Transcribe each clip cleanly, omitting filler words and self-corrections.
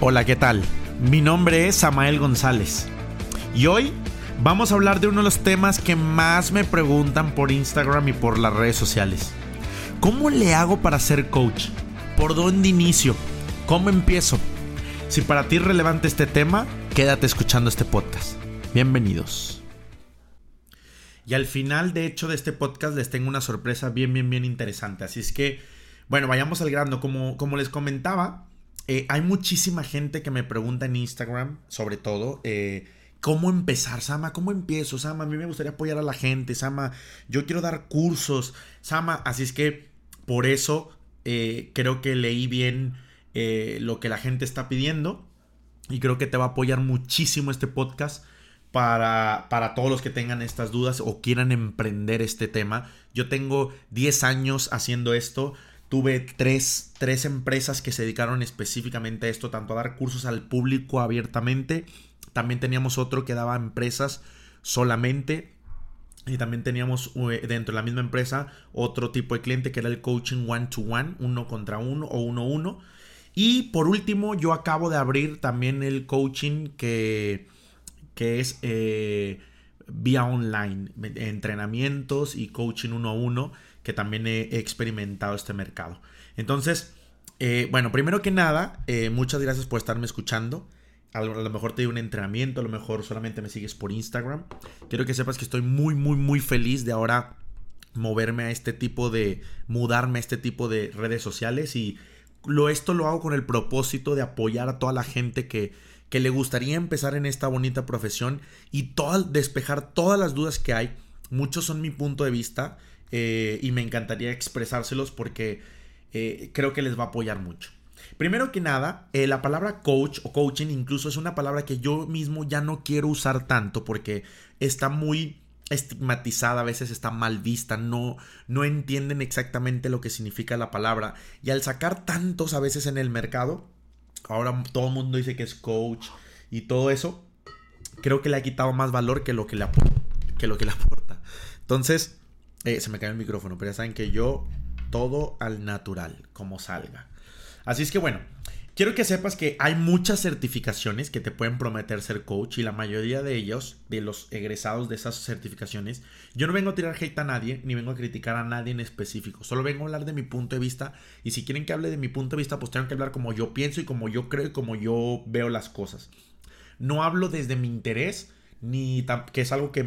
Hola, ¿qué tal? Mi nombre es Samael González y hoy vamos a hablar de uno de los temas que más me preguntan por Instagram y por las redes sociales. ¿Cómo le hago para ser coach? ¿Por dónde inicio? ¿Cómo empiezo? Si para ti es relevante este tema, quédate escuchando este podcast. Bienvenidos. Y al final, de hecho, de este podcast les tengo una sorpresa bien interesante. Así es que, bueno, vayamos al grano. Como les comentaba, hay muchísima gente que me pregunta en Instagram, sobre todo, ¿cómo empezar? Sama, ¿cómo empiezo? Sama, a mí me gustaría apoyar a la gente. Sama, yo quiero dar cursos. Sama, así es que por eso creo que leí bien lo que la gente está pidiendo y creo que te va a apoyar muchísimo este podcast para todos los que tengan estas dudas o quieran emprender este tema. Yo tengo 10 años haciendo esto. Tuve tres empresas que se dedicaron específicamente a esto, tanto a dar cursos al público abiertamente. También teníamos otro que daba a empresas solamente. Y también teníamos dentro de la misma empresa otro tipo de cliente que era el coaching one-to-one, uno contra uno o uno. Y por último, yo acabo de abrir también el coaching que es vía online, entrenamientos y coaching 1-1, que también he experimentado este mercado. Entonces, bueno, primero que nada, muchas gracias por estarme escuchando. A lo mejor te doy un entrenamiento, a lo mejor solamente me sigues por Instagram. Quiero que sepas que estoy muy feliz de ahora mudarme a este tipo de redes sociales. Y esto lo hago con el propósito de apoyar a toda la gente que le gustaría empezar en esta bonita profesión y despejar todas las dudas que hay. Muchos son mi punto de vista y me encantaría expresárselos porque creo que les va a apoyar mucho. Primero que nada, la palabra coach o coaching incluso es una palabra que yo mismo ya no quiero usar tanto porque está muy estigmatizada, a veces está mal vista, no entienden exactamente lo que significa la palabra. Y al sacar tantos a veces en el mercado, ahora todo el mundo dice que es coach y todo eso, creo que le ha quitado más valor que lo que le aporta. Entonces, se me cayó el micrófono, pero ya saben que yo todo al natural, como salga. Así es que bueno, quiero que sepas que hay muchas certificaciones que te pueden prometer ser coach y la mayoría de ellos, de los egresados de esas certificaciones, yo no vengo a tirar hate a nadie, ni vengo a criticar a nadie en específico, solo vengo a hablar de mi punto de vista y si quieren que hable de mi punto de vista, pues tengo que hablar como yo pienso y como yo creo y como yo veo las cosas. No hablo desde mi interés, que es algo que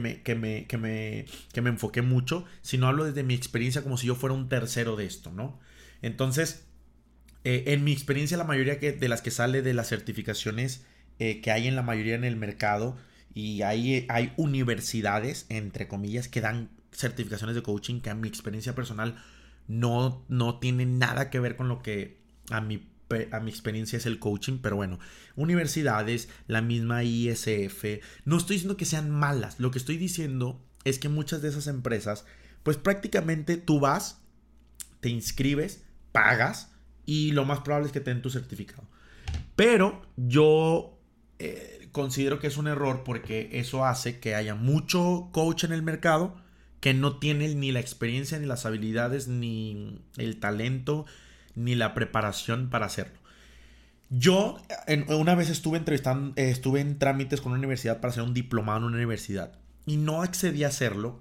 me enfoqué mucho, sino hablo desde mi experiencia como si yo fuera un tercero de esto, ¿no? Entonces, en mi experiencia, la mayoría de las que sale de las certificaciones que hay en la mayoría en el mercado, y hay universidades, entre comillas, que dan certificaciones de coaching que a mi experiencia personal no tienen nada que ver con lo que a mi experiencia es el coaching. Pero bueno, universidades, la misma ISF, no estoy diciendo que sean malas, lo que estoy diciendo es que muchas de esas empresas, pues prácticamente tú vas, te inscribes, pagas y lo más probable es que te den tu certificado. Pero yo considero que es un error porque eso hace que haya mucho coach en el mercado que no tiene ni la experiencia, ni las habilidades, ni el talento, ni la preparación para hacerlo. Yo una vez estuve en trámites con una universidad para hacer un diplomado en una universidad y no accedí a hacerlo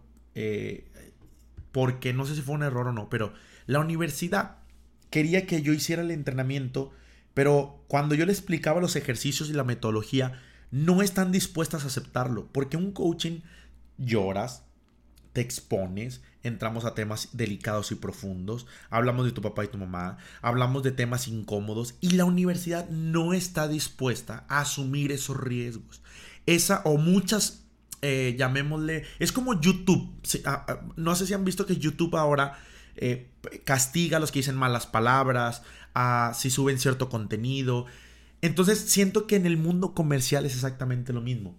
porque no sé si fue un error o no, pero la universidad quería que yo hiciera el entrenamiento, pero cuando yo le explicaba los ejercicios y la metodología, no están dispuestas a aceptarlo, porque un coaching lloras, te expones, entramos a temas delicados y profundos, hablamos de tu papá y tu mamá, hablamos de temas incómodos y la universidad no está dispuesta a asumir esos riesgos. Esa o muchas, llamémosle, es como YouTube. No sé si han visto que YouTube ahora castiga a los que dicen malas palabras, si suben cierto contenido. Entonces siento que en el mundo comercial es exactamente lo mismo.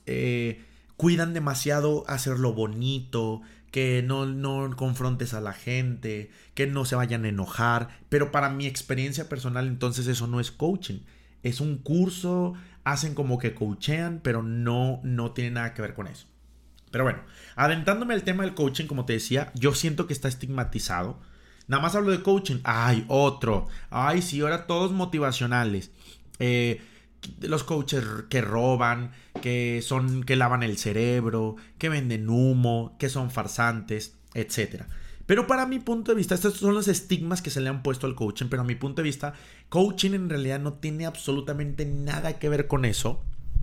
Cuidan demasiado hacerlo bonito, que no confrontes a la gente, que no se vayan a enojar. Pero para mi experiencia personal, entonces eso no es coaching. Es un curso, hacen como que coachean, pero no tiene nada que ver con eso. Pero bueno, adentrándome al tema del coaching, como te decía, yo siento que está estigmatizado. Nada más hablo de coaching. Ay, otro. Ay, sí, ahora todos motivacionales. Los coaches que roban, que lavan el cerebro, que venden humo, que son farsantes, etcétera. Pero para mi punto de vista, estos son los estigmas que se le han puesto al coaching, pero a mi punto de vista, coaching en realidad no tiene absolutamente nada que ver con eso.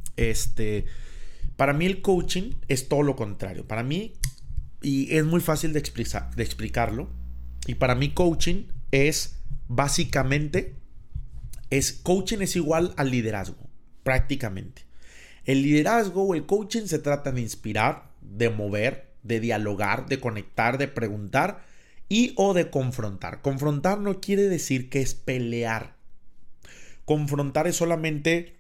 Para mí el coaching es todo lo contrario. Para mí, y es muy fácil de explicarlo, y para mí coaching es básicamente... coaching es igual al liderazgo, prácticamente. El liderazgo o el coaching se trata de inspirar, de mover, de dialogar, de conectar, de preguntar o de confrontar. Confrontar no quiere decir que es pelear. Confrontar es solamente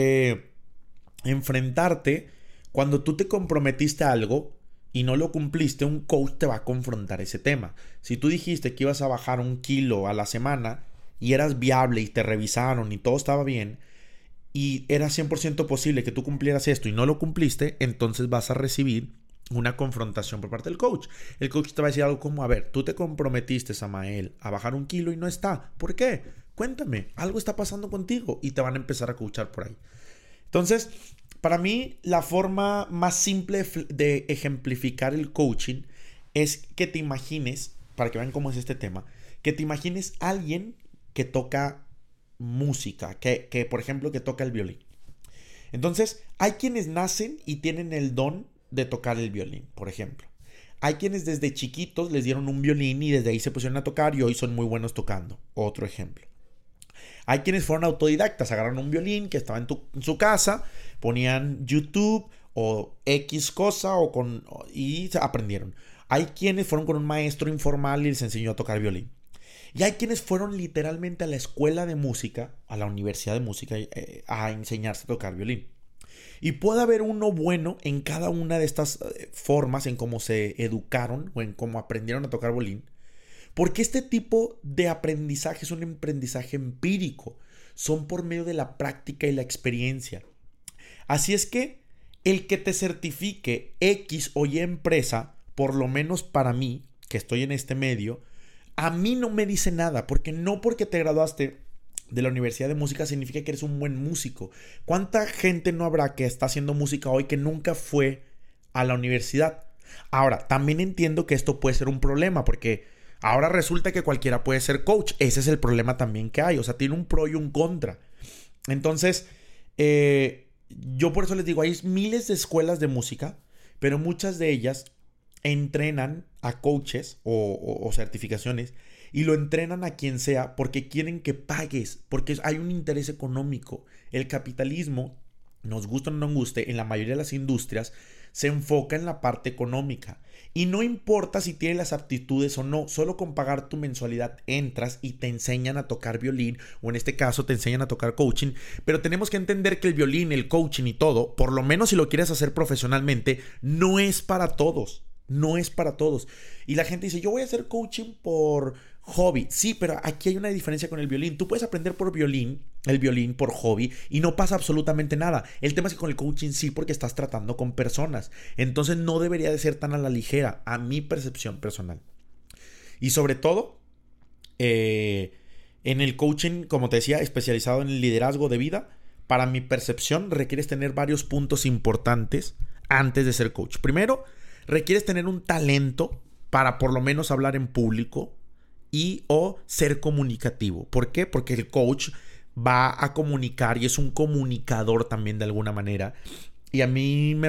enfrentarte. Cuando tú te comprometiste a algo y no lo cumpliste, un coach te va a confrontar ese tema. Si tú dijiste que ibas a bajar 1 kilo a la semana y eras viable y te revisaron y todo estaba bien y era 100% posible que tú cumplieras esto y no lo cumpliste, entonces vas a recibir una confrontación por parte del coach. El coach te va a decir algo como, a ver, tú te comprometiste, Samael, a bajar 1 kilo y no está. ¿Por qué? Cuéntame, algo está pasando contigo, y te van a empezar a coachar por ahí. Entonces, para mí, la forma más simple de ejemplificar el coaching es que te imagines, para que vean cómo es este tema, que te imagines a alguien que toca música, que por ejemplo, que toca el violín. Entonces, hay quienes nacen y tienen el don de tocar el violín, por ejemplo. Hay quienes desde chiquitos les dieron un violín y desde ahí se pusieron a tocar y hoy son muy buenos tocando. Otro ejemplo. Hay quienes fueron autodidactas, agarraron un violín que estaba en su casa, ponían YouTube o X cosa y aprendieron. Hay quienes fueron con un maestro informal y les enseñó a tocar violín. Y hay quienes fueron literalmente a la escuela de música, a la universidad de música, a enseñarse a tocar violín. Y puede haber uno bueno en cada una de estas formas, en cómo se educaron o en cómo aprendieron a tocar violín. Porque este tipo de aprendizaje es un aprendizaje empírico. Son por medio de la práctica y la experiencia. Así es que el que te certifique X o Y empresa, por lo menos para mí, que estoy en este medio, a mí no me dice nada, porque no porque te graduaste de la Universidad de Música significa que eres un buen músico. ¿Cuánta gente no habrá que está haciendo música hoy que nunca fue a la universidad? Ahora, también entiendo que esto puede ser un problema, porque ahora resulta que cualquiera puede ser coach. Ese es el problema también que hay. O sea, tiene un pro y un contra. Entonces, yo por eso les digo, hay miles de escuelas de música, pero muchas de ellas entrenan a coaches o certificaciones y lo entrenan a quien sea porque quieren que pagues, porque hay un interés económico. El capitalismo, nos guste o no nos guste, en la mayoría de las industrias se enfoca en la parte económica y no importa si tienes las aptitudes o no, solo con pagar tu mensualidad entras y te enseñan a tocar violín, o en este caso te enseñan a tocar coaching. Pero tenemos que entender que el violín, el coaching y todo, por lo menos si lo quieres hacer profesionalmente, no es para todos. No es para todos. Y la gente dice, yo voy a hacer coaching por hobby. Sí, pero aquí hay una diferencia con el violín. Tú puedes aprender el violín por hobby y no pasa absolutamente nada. El tema es que con el coaching sí, porque estás tratando con personas. Entonces no debería de ser tan a la ligera, a mi percepción personal. Y sobre todo, en el coaching, como te decía, especializado en el liderazgo de vida, para mi percepción requieres tener varios puntos importantes antes de ser coach. Primero, requieres tener un talento para por lo menos hablar en público o ser comunicativo. ¿Por qué? Porque el coach va a comunicar y es un comunicador también de alguna manera. Y a mí,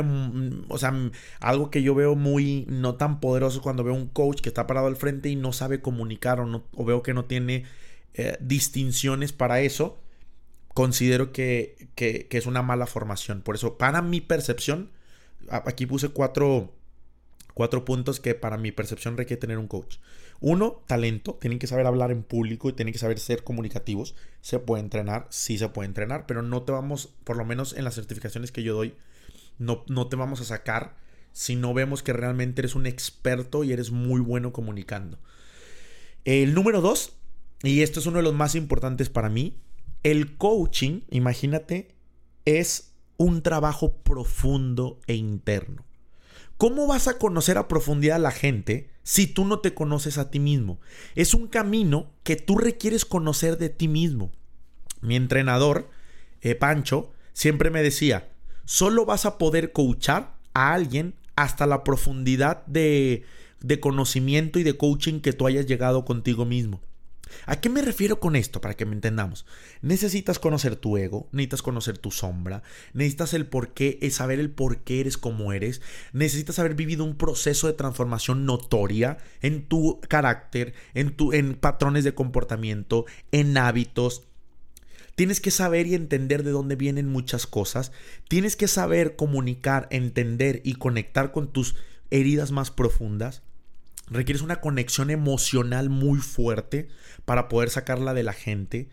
algo que yo veo muy no tan poderoso cuando veo un coach que está parado al frente y no sabe comunicar o veo que no tiene distinciones para eso, considero que es una mala formación. Por eso, para mi percepción, aquí puse cuatro puntos que para mi percepción requiere tener un coach. 1, talento. Tienen que saber hablar en público y tienen que saber ser comunicativos. ¿Se puede entrenar? Sí se puede entrenar, pero no te vamos, por lo menos en las certificaciones que yo doy, no te vamos a sacar si no vemos que realmente eres un experto y eres muy bueno comunicando. El número 2, y esto es uno de los más importantes para mí, el coaching, imagínate, es un trabajo profundo e interno. ¿Cómo vas a conocer a profundidad a la gente si tú no te conoces a ti mismo? Es un camino que tú requieres conocer de ti mismo. Mi entrenador Pancho, siempre me decía, solo vas a poder coachar a alguien hasta la profundidad de conocimiento y de coaching que tú hayas llegado contigo mismo. ¿A qué me refiero con esto? Para que me entendamos. Necesitas conocer tu ego, necesitas conocer tu sombra, necesitas saber el por qué eres como eres, necesitas haber vivido un proceso de transformación notoria en tu carácter, en patrones de comportamiento, en hábitos. Tienes que saber y entender de dónde vienen muchas cosas. Tienes que saber comunicar, entender y conectar con tus heridas más profundas. Requieres una conexión emocional muy fuerte para poder sacarla de la gente.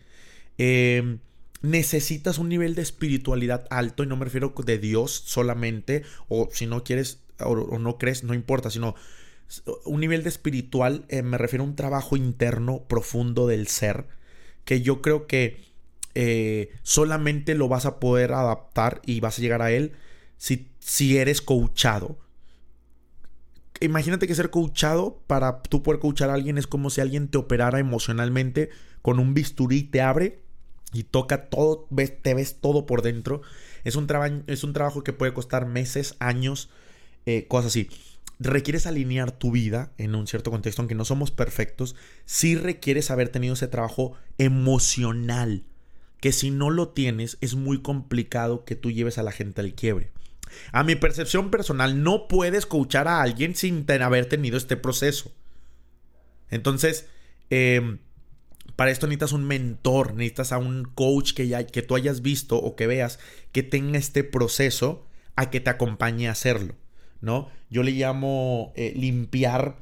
Necesitas un nivel de espiritualidad alto, y no me refiero de Dios solamente, o si no quieres o no crees, no importa, sino un nivel de espiritual. Me refiero a un trabajo interno profundo del ser, que yo creo que solamente lo vas a poder adaptar y vas a llegar a él si eres coachado. Imagínate que ser coachado, para tú poder coachar a alguien, es como si alguien te operara emocionalmente con un bisturí, te abre y toca todo, te ves todo por dentro. Es un trabajo que puede costar meses, años, cosas así. Requieres alinear tu vida en un cierto contexto, aunque no somos perfectos. Sí requieres haber tenido ese trabajo emocional, que si no lo tienes es muy complicado que tú lleves a la gente al quiebre. A mi percepción personal, no puedes coachar a alguien sin haber tenido este proceso. Entonces, para esto necesitas un mentor, necesitas a un coach que tú hayas visto o que veas que tenga este proceso a que te acompañe a hacerlo, ¿no? Yo le llamo limpiar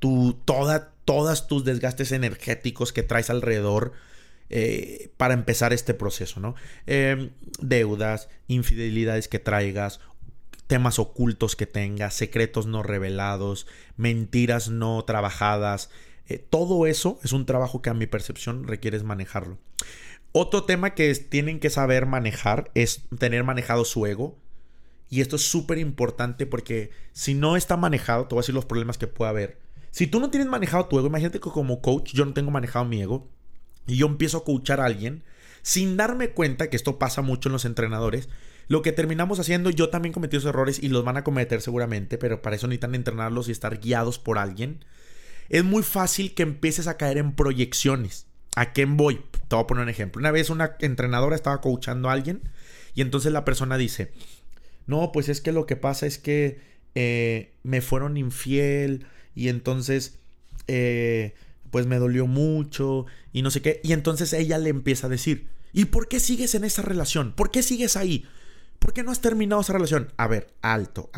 todas tus desgastes energéticos que traes alrededor, para empezar este proceso, ¿no? Deudas, infidelidades que traigas, temas ocultos que tengas, secretos no revelados, mentiras no trabajadas. Todo eso es un trabajo que a mi percepción requieres manejarlo. Otro tema que tienen que saber manejar es tener manejado su ego. Y esto es súper importante, porque si no está manejado, te voy a decir los problemas que puede haber. Si tú no tienes manejado tu ego, imagínate que como coach yo no tengo manejado mi ego y yo empiezo a coachar a alguien sin darme cuenta, que esto pasa mucho en los entrenadores. Lo que terminamos haciendo, yo también cometí esos errores y los van a cometer seguramente, pero para eso necesitan entrenarlos y estar guiados por alguien. Es muy fácil que empieces a caer en proyecciones. ¿A quién voy? Te voy a poner un ejemplo. Una vez una entrenadora estaba coachando a alguien y entonces la persona dice: no, pues es que lo que pasa es que me fueron infiel y entonces pues me dolió mucho y no sé qué. Y entonces ella le empieza a decir: ¿y por qué sigues en esa relación? ¿Por qué sigues ahí? ¿Por qué no has terminado esa relación? A ver, alto.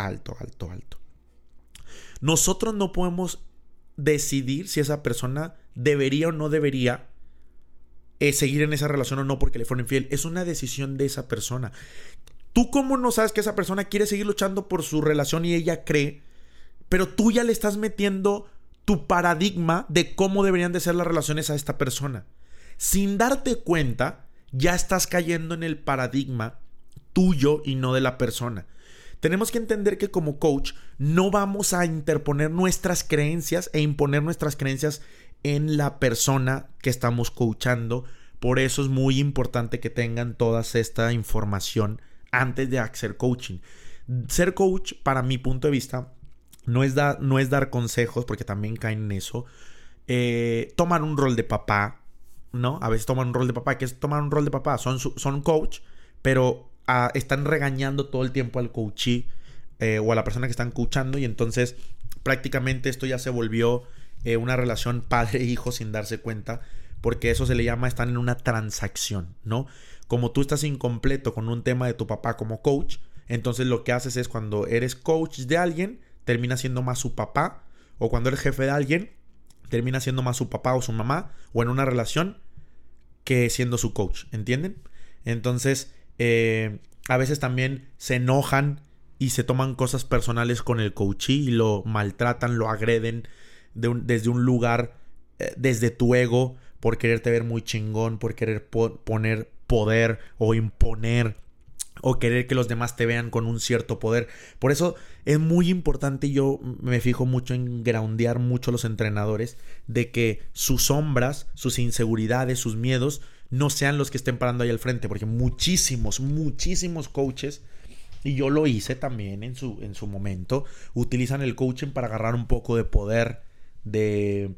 Nosotros no podemos decidir si esa persona debería o no debería seguir en esa relación o no porque le fueron infiel. Es una decisión de esa persona. ¿Tú cómo no sabes que esa persona quiere seguir luchando por su relación y ella cree? Pero tú ya le estás metiendo tu paradigma de cómo deberían de ser las relaciones a esta persona. Sin darte cuenta, ya estás cayendo en el paradigma tuyo y no de la persona. Tenemos que entender que como coach no vamos a interponer nuestras creencias e imponer nuestras creencias en la persona que estamos coachando. Por eso es muy importante que tengan toda esta información antes de hacer coaching. Ser coach, para mi punto de vista, no es dar consejos, porque también caen en eso. Tomar un rol de papá, ¿no? A veces toman un rol de papá. ¿Qué es tomar un rol de papá? Son coach, pero están regañando todo el tiempo al coachee o a la persona que están coachando, y entonces prácticamente esto ya se volvió una relación padre-hijo sin darse cuenta, porque eso se le llama están en una transacción, ¿no? Como tú estás incompleto con un tema de tu papá como coach, entonces lo que haces es, cuando eres coach de alguien, termina siendo más su papá, o cuando eres jefe de alguien, termina siendo más su papá o su mamá, o en una relación, que siendo su coach, ¿entienden? Entonces a veces también se enojan y se toman cosas personales con el coachee y lo maltratan, lo agreden desde un lugar, desde tu ego, por quererte ver muy chingón, por querer poner poder o imponer o querer que los demás te vean con un cierto poder. Por eso es muy importante, yo me fijo mucho en groundear mucho a los entrenadores, de que sus sombras, sus inseguridades, sus miedos no sean los que estén parando ahí al frente, porque muchísimos coaches, y yo lo hice también en su momento, utilizan el coaching para agarrar un poco de poder, de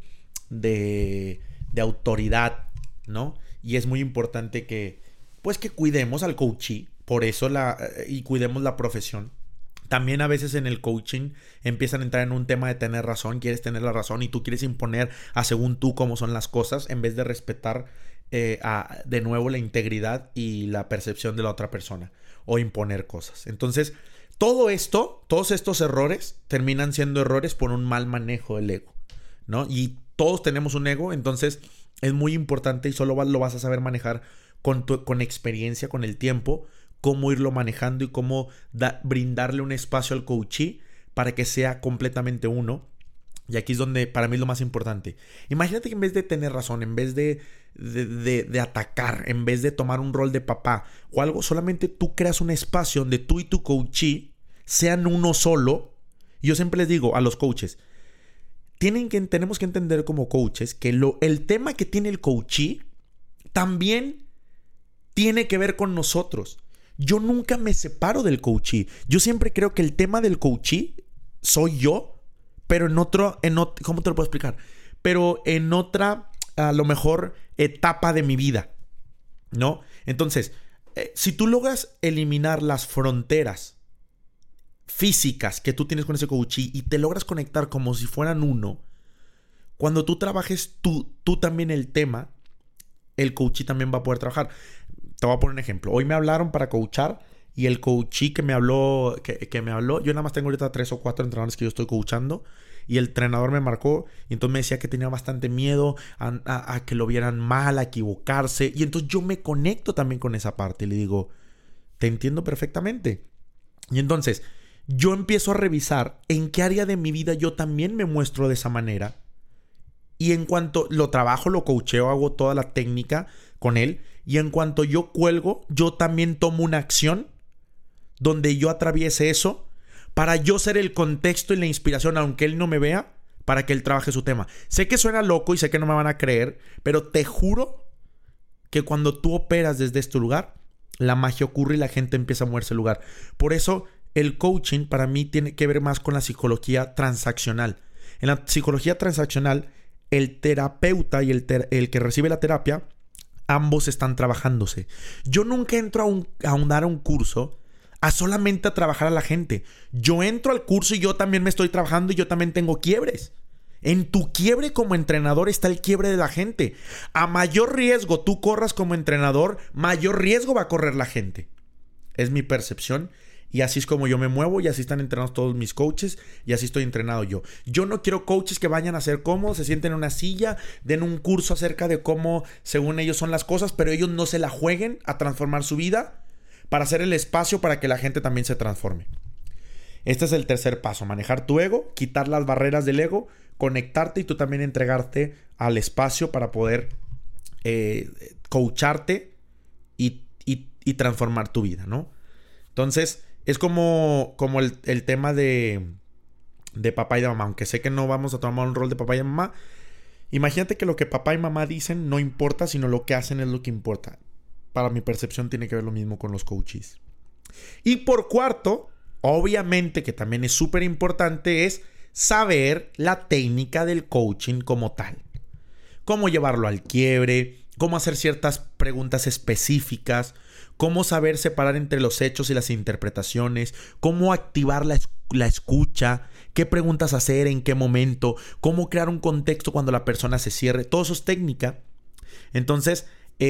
autoridad, ¿no? Y es muy importante que cuidemos al coachee, por eso y cuidemos la profesión. También a veces en el coaching empiezan a entrar en un tema de tener razón, quieres tener la razón y tú quieres imponer a según tú cómo son las cosas, en vez de respetar de nuevo la integridad y la percepción de la otra persona, o imponer cosas. Entonces, todos estos errores terminan siendo errores por un mal manejo del ego, ¿no? Y todos tenemos un ego, entonces es muy importante y solo lo vas a saber manejar con experiencia, con el tiempo, cómo irlo manejando y cómo brindarle un espacio al coachee para que sea completamente uno. Y aquí es donde para mí es lo más importante. Imagínate que en vez de tener razón, en vez de atacar, en vez de tomar un rol de papá o algo, solamente tú creas un espacio donde tú y tu coachee sean uno solo. Y yo siempre les digo a los coaches, tenemos que entender como coaches que el tema que tiene el coachee también tiene que ver con nosotros. Yo nunca me separo del coachee. Yo siempre creo que el tema del coachee soy yo, pero en otro, ¿cómo te lo puedo explicar? Pero en otra, a lo mejor, etapa de mi vida, ¿no? Entonces, si tú logras eliminar las fronteras físicas que tú tienes con ese coachee y te logras conectar como si fueran uno, cuando tú trabajes tú también el tema, el coachee también va a poder trabajar. Te voy a poner un ejemplo. Hoy me hablaron para coachar y el coachee que me habló, yo nada más tengo ahorita 3 o 4 entrenadores que yo estoy coachando, y el entrenador me marcó y entonces me decía que tenía bastante miedo a que lo vieran mal, a equivocarse, y entonces yo me conecto también con esa parte y le digo, te entiendo perfectamente. Y entonces yo empiezo a revisar en qué área de mi vida yo también me muestro de esa manera, y en cuanto lo trabajo, lo coacheo, hago toda la técnica con él, y en cuanto yo cuelgo, yo también tomo una acción donde yo atraviese eso para yo ser el contexto y la inspiración, aunque él no me vea, para que él trabaje su tema. Sé que suena loco y sé que no me van a creer, pero te juro que cuando tú operas desde este lugar, la magia ocurre y la gente empieza a moverse el lugar. Por eso el coaching para mí tiene que ver más con la psicología transaccional. En la psicología transaccional, el terapeuta y el que recibe la terapia, ambos están trabajándose. Yo nunca entro a dar un curso a solamente a trabajar a la gente. Yo entro al curso y yo también me estoy trabajando y yo también tengo quiebres. En tu quiebre como entrenador está el quiebre de la gente. A mayor riesgo tú corras como entrenador, mayor riesgo va a correr la gente. Es mi percepción. Y así es como yo me muevo, y así están entrenados todos mis coaches, y así estoy entrenado yo. Yo no quiero coaches que vayan a hacer cómodos, se sienten en una silla, den un curso acerca de cómo según ellos son las cosas, pero ellos no se la jueguen a transformar su vida para hacer el espacio para que la gente también se transforme. Este es el tercer paso: manejar tu ego, quitar las barreras del ego, conectarte y tú también entregarte al espacio para poder coacharte y transformar tu vida, ¿no? Entonces, es como el tema de papá y de mamá. Aunque sé que no vamos a tomar un rol de papá y de mamá, imagínate que lo que papá y mamá dicen no importa, sino lo que hacen es lo que importa. Para mi percepción tiene que ver lo mismo con los coaches. Y por cuarto, obviamente que también es súper importante, es saber la técnica del coaching como tal. Cómo llevarlo al quiebre, cómo hacer ciertas preguntas específicas, cómo saber separar entre los hechos y las interpretaciones, cómo activar la escucha, qué preguntas hacer, en qué momento, cómo crear un contexto cuando la persona se cierre. Todo eso es técnica. Entonces,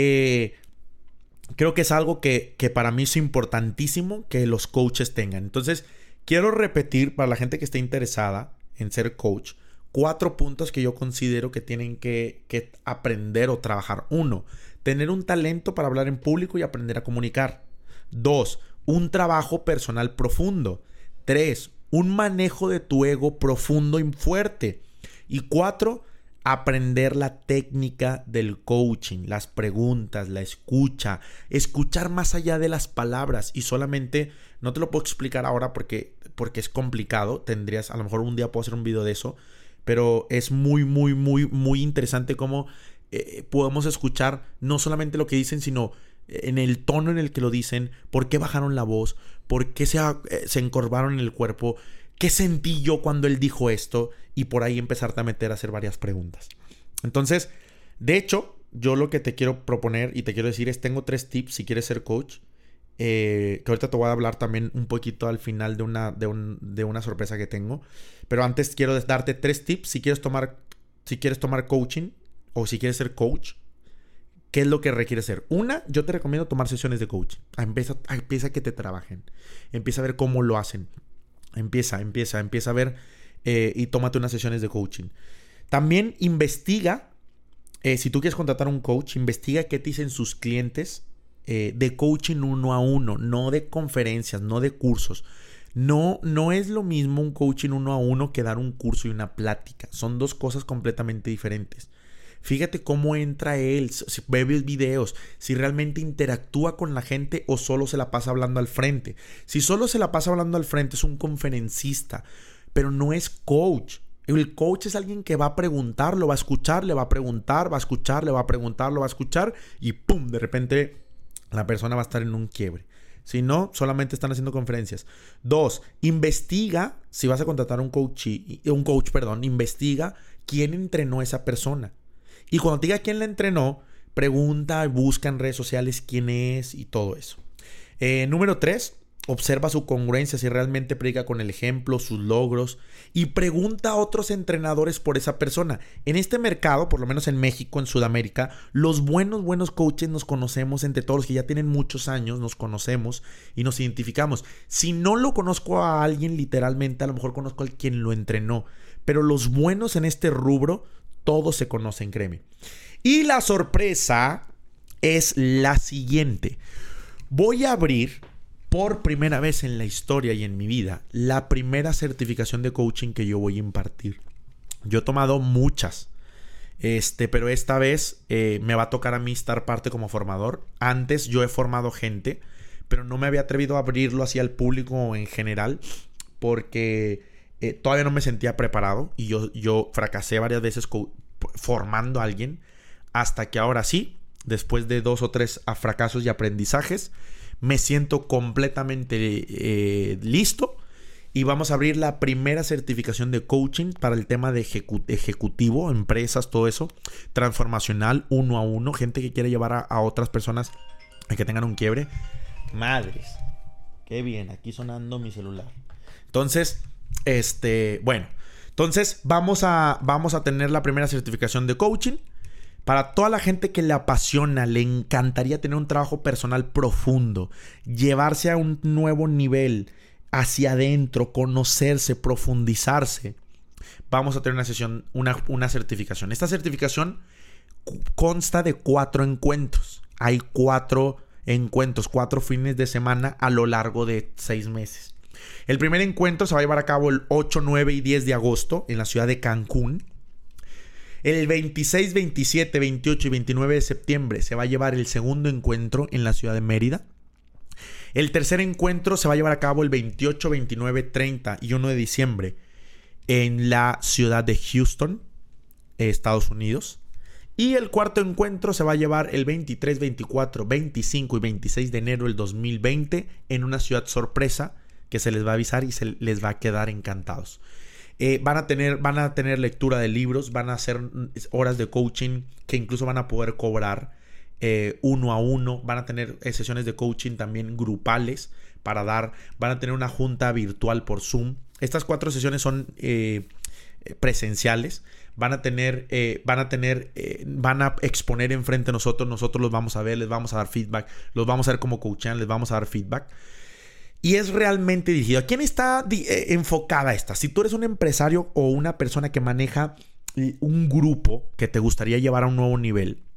creo que es algo que para mí es importantísimo que los coaches tengan. Entonces, quiero repetir para la gente que esté interesada en ser coach, 4 puntos que yo considero que tienen que aprender o trabajar. 1, tener un talento para hablar en público y aprender a comunicar. 2, un trabajo personal profundo. 3, un manejo de tu ego profundo y fuerte. Y 4, aprender la técnica del coaching, las preguntas, la escucha, escuchar más allá de las palabras. Y solamente, no te lo puedo explicar ahora porque es complicado. A lo mejor un día puedo hacer un video de eso, pero es muy, muy, muy, muy interesante cómo podemos escuchar no solamente lo que dicen, sino en el tono en el que lo dicen, por qué bajaron la voz, por qué se encorvaron en el cuerpo, qué sentí yo cuando él dijo esto, y por ahí empezarte a meter a hacer varias preguntas. Entonces, de hecho, yo lo que te quiero proponer y te quiero decir es, tengo 3 tips si quieres ser coach, que ahorita te voy a hablar también un poquito al final de una sorpresa que tengo, pero antes quiero darte 3 tips si quieres tomar coaching o si quieres ser coach. ¿Qué es lo que requiere hacer? Una, yo te recomiendo tomar sesiones de coaching. Empieza a que te trabajen. Empieza a ver cómo lo hacen. Empieza a ver y tómate unas sesiones de coaching. También investiga, si tú quieres contratar a un coach, investiga qué te dicen sus clientes de coaching 1 a 1, no de conferencias, no de cursos. No es lo mismo un coaching 1 a 1 que dar un curso y una plática. Son 2 cosas completamente diferentes. Fíjate cómo entra él, si ve videos, si realmente interactúa con la gente o solo se la pasa hablando al frente. Si solo se la pasa hablando al frente es un conferencista, pero no es coach. El coach es alguien que va a preguntar, lo va a escuchar, le va a preguntar, va a escuchar, le va a preguntar, lo va a escuchar y ¡pum! De repente la persona va a estar en un quiebre. Si no, solamente están haciendo conferencias. 2, investiga, si vas a contratar a un coach, investiga quién entrenó a esa persona. Y cuando te diga quién la entrenó, pregunta, busca en redes sociales quién es y todo eso. Número 3, observa su congruencia, si realmente predica con el ejemplo, sus logros, y pregunta a otros entrenadores por esa persona. En este mercado, por lo menos en México, en Sudamérica, los buenos coaches nos conocemos entre todos los que ya tienen muchos años, nos conocemos y nos identificamos. Si no lo conozco a alguien literalmente, a lo mejor conozco a quien lo entrenó, pero los buenos en este rubro todos se conocen, créeme. Y la sorpresa es la siguiente. Voy a abrir por primera vez en la historia y en mi vida la primera certificación de coaching que yo voy a impartir. Yo he tomado muchas, pero esta vez me va a tocar a mí estar parte como formador. Antes yo he formado gente, pero no me había atrevido a abrirlo así al público en general porque todavía no me sentía preparado y yo fracasé varias veces formando a alguien, hasta que ahora sí, después de 2 o 3 fracasos y aprendizajes, me siento completamente listo y vamos a abrir la primera certificación de coaching para el tema de ejecutivo, empresas, todo eso, transformacional, 1 a 1, gente que quiere llevar a otras personas a que tengan un quiebre. Madres, qué bien, aquí sonando mi celular. Entonces, entonces vamos a tener la primera certificación de coaching. Para toda la gente que le apasiona, le encantaría tener un trabajo personal profundo, llevarse a un nuevo nivel, hacia adentro, conocerse, profundizarse. Vamos a tener una certificación. Esta certificación consta de 4 encuentros. Hay 4 encuentros, 4 fines de semana a lo largo de 6 meses. El primer encuentro se va a llevar a cabo el 8, 9 y 10 de agosto en la ciudad de Cancún. El 26, 27, 28 y 29 de septiembre se va a llevar el segundo encuentro en la ciudad de Mérida. El tercer encuentro se va a llevar a cabo el 28, 29, 30 y 1 de diciembre en la ciudad de Houston, Estados Unidos. Y el cuarto encuentro se va a llevar el 23, 24, 25 y 26 de enero del 2020 en una ciudad sorpresa que se les va a avisar y se les va a quedar encantados. Van a tener lectura de libros, van a hacer horas de coaching que incluso van a poder cobrar 1 a 1. Van a tener sesiones de coaching también grupales para dar. Van a tener una junta virtual por Zoom. Estas 4 sesiones son presenciales. Van a exponer enfrente de nosotros. Nosotros los vamos a ver, les vamos a dar feedback. Los vamos a ver cómo coachan, les vamos a dar feedback. Y es realmente dirigido. ¿A quién está enfocada esta? Si tú eres un empresario o una persona que maneja un grupo que te gustaría llevar a un nuevo nivel,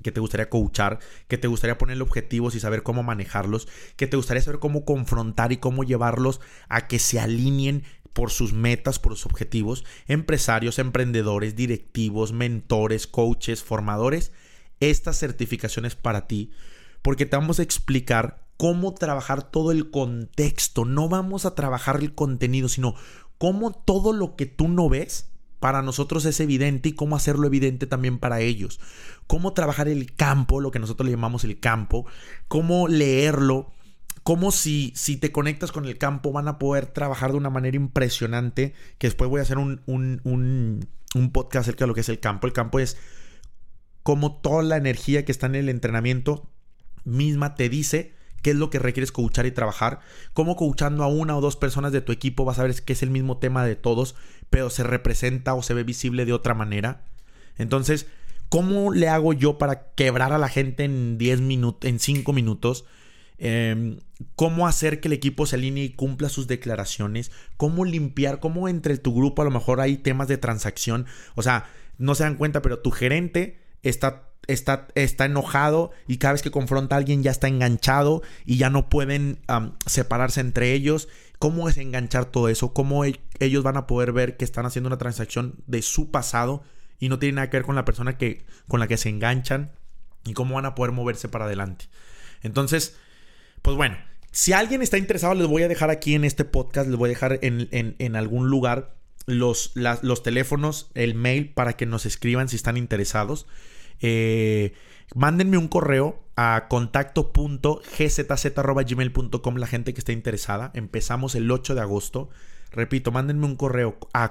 que te gustaría coachar, que te gustaría ponerle objetivos y saber cómo manejarlos, que te gustaría saber cómo confrontar y cómo llevarlos a que se alineen por sus metas, por sus objetivos, empresarios, emprendedores, directivos, mentores, coaches, formadores. Esta certificación es para ti porque te vamos a explicar cómo trabajar todo el contexto. No vamos a trabajar el contenido, sino cómo todo lo que tú no ves para nosotros es evidente y cómo hacerlo evidente también para ellos. Cómo trabajar el campo, lo que nosotros le llamamos el campo, cómo leerlo, cómo si te conectas con el campo van a poder trabajar de una manera impresionante, que después voy a hacer un podcast acerca de lo que es el campo. El campo es cómo toda la energía que está en el entrenamiento misma te dice qué es lo que requieres coachar y trabajar, cómo coachando a una o dos personas de tu equipo vas a ver que es el mismo tema de todos, pero se representa o se ve visible de otra manera. Entonces, ¿cómo le hago yo para quebrar a la gente en 5 minutos? Cómo hacer que el equipo se alinee y cumpla sus declaraciones, cómo limpiar, cómo entre tu grupo a lo mejor hay temas de transacción, o sea, no se dan cuenta, pero tu gerente está enojado y cada vez que confronta a alguien ya está enganchado y ya no pueden separarse entre ellos. ¿Cómo es enganchar todo eso? ¿Cómo ellos van a poder ver que están haciendo una transacción de su pasado y no tiene nada que ver con la persona con la que se enganchan? ¿Y cómo van a poder moverse para adelante? Entonces, pues bueno, si alguien está interesado, les voy a dejar aquí en este podcast, les voy a dejar en algún lugar los teléfonos, el mail para que nos escriban si están interesados. Mándenme un correo a contacto.gzz@gmail.com la gente que esté interesada. Empezamos el 8 de agosto. Repito, mándenme un correo a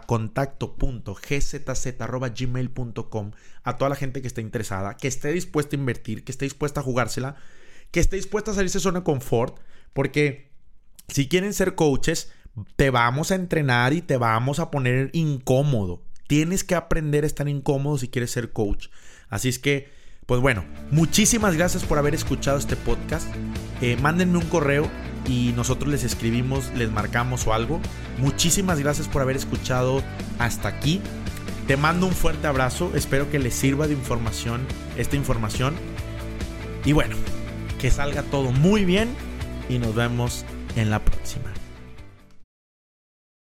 contacto.gzz@gmail.com a toda la gente que esté interesada, que esté dispuesta a invertir, que esté dispuesta a jugársela, que esté dispuesta a salirse de zona de confort, porque si quieren ser coaches, te vamos a entrenar y te vamos a poner incómodo. Tienes que aprender a estar incómodo si quieres ser coach. Así es que, pues bueno, muchísimas gracias por haber escuchado este podcast. Mándenme un correo y nosotros les escribimos, les marcamos o algo. Muchísimas gracias por haber escuchado hasta aquí. Te mando un fuerte abrazo. Espero que les sirva de información esta información. Y bueno, que salga todo muy bien y nos vemos en la próxima.